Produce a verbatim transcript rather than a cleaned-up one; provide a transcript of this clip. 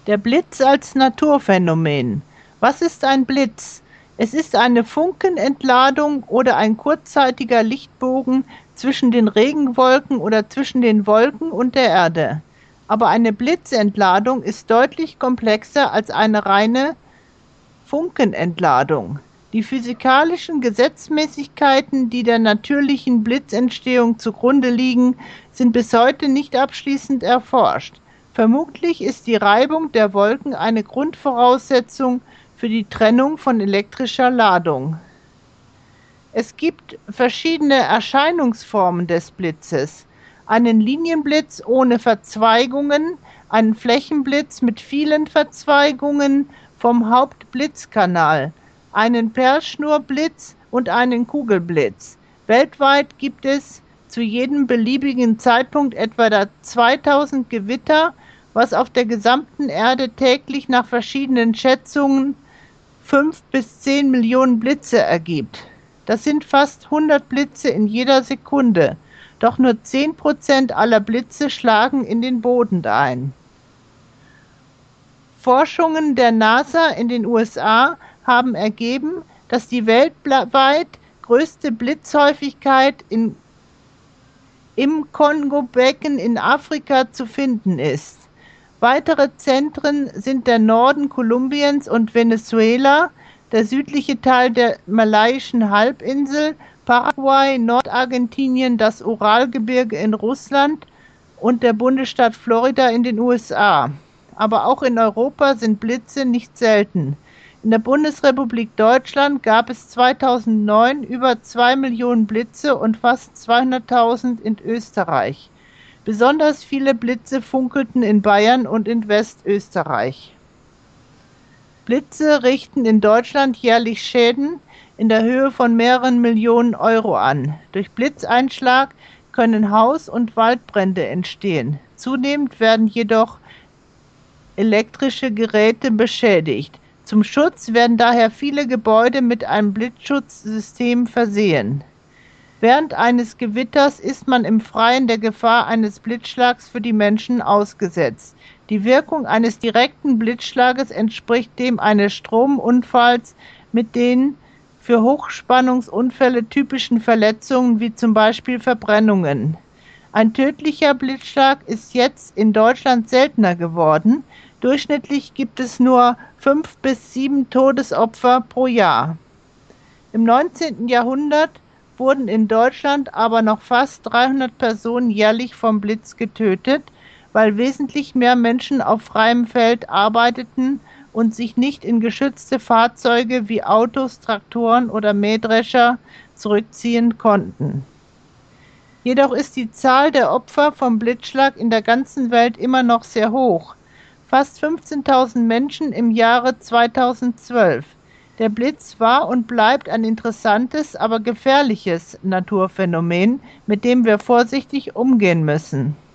Der Blitz als Naturphänomen. Was ist ein Blitz? Es ist eine Funkenentladung oder ein kurzzeitiger Lichtbogen zwischen den Regenwolken oder zwischen den Wolken und der Erde. Aber eine Blitzentladung ist deutlich komplexer als eine reine Funkenentladung. Die physikalischen Gesetzmäßigkeiten, die der natürlichen Blitzentstehung zugrunde liegen, sind bis heute nicht abschließend erforscht. Vermutlich ist die Reibung der Wolken eine Grundvoraussetzung für die Trennung von elektrischer Ladung. Es gibt verschiedene Erscheinungsformen des Blitzes: einen Linienblitz ohne Verzweigungen, einen Flächenblitz mit vielen Verzweigungen vom Hauptblitzkanal, einen Perlschnurblitz und einen Kugelblitz. Weltweit gibt es zu jedem beliebigen Zeitpunkt etwa zweitausend Gewitter, was auf der gesamten Erde täglich nach verschiedenen Schätzungen fünf bis zehn Millionen Blitze ergibt. Das sind fast hundert Blitze in jeder Sekunde, doch nur zehn Prozent aller Blitze schlagen in den Boden ein. Forschungen der NASA in den U S A haben ergeben, dass die weltweit größte Blitzhäufigkeit in, im Kongo-Becken in Afrika zu finden ist. Weitere Zentren sind der Norden Kolumbiens und Venezuela, der südliche Teil der malaiischen Halbinsel, Paraguay, Nordargentinien, das Uralgebirge in Russland und der Bundesstaat Florida in den U S A. Aber auch in Europa sind Blitze nicht selten. In der Bundesrepublik Deutschland gab es zweitausendneun über zwei Millionen Blitze und fast zweihunderttausend in Österreich. Besonders viele Blitze funkelten in Bayern und in Westösterreich. Blitze richten in Deutschland jährlich Schäden in der Höhe von mehreren Millionen Euro an. Durch Blitzeinschlag können Haus- und Waldbrände entstehen. Zunehmend werden jedoch elektrische Geräte beschädigt. Zum Schutz werden daher viele Gebäude mit einem Blitzschutzsystem versehen. Während eines Gewitters ist man im Freien der Gefahr eines Blitzschlags für die Menschen ausgesetzt. Die Wirkung eines direkten Blitzschlages entspricht dem eines Stromunfalls mit den für Hochspannungsunfälle typischen Verletzungen wie zum Beispiel Verbrennungen. Ein tödlicher Blitzschlag ist jetzt in Deutschland seltener geworden. Durchschnittlich gibt es nur fünf bis sieben Todesopfer pro Jahr. Im neunzehnten Jahrhundert wurden in Deutschland aber noch fast dreihundert Personen jährlich vom Blitz getötet, weil wesentlich mehr Menschen auf freiem Feld arbeiteten und sich nicht in geschützte Fahrzeuge wie Autos, Traktoren oder Mähdrescher zurückziehen konnten. Jedoch ist die Zahl der Opfer vom Blitzschlag in der ganzen Welt immer noch sehr hoch. Fast fünfzehntausend Menschen im Jahre zweitausendzwölf. Der Blitz war und bleibt ein interessantes, aber gefährliches Naturphänomen, mit dem wir vorsichtig umgehen müssen.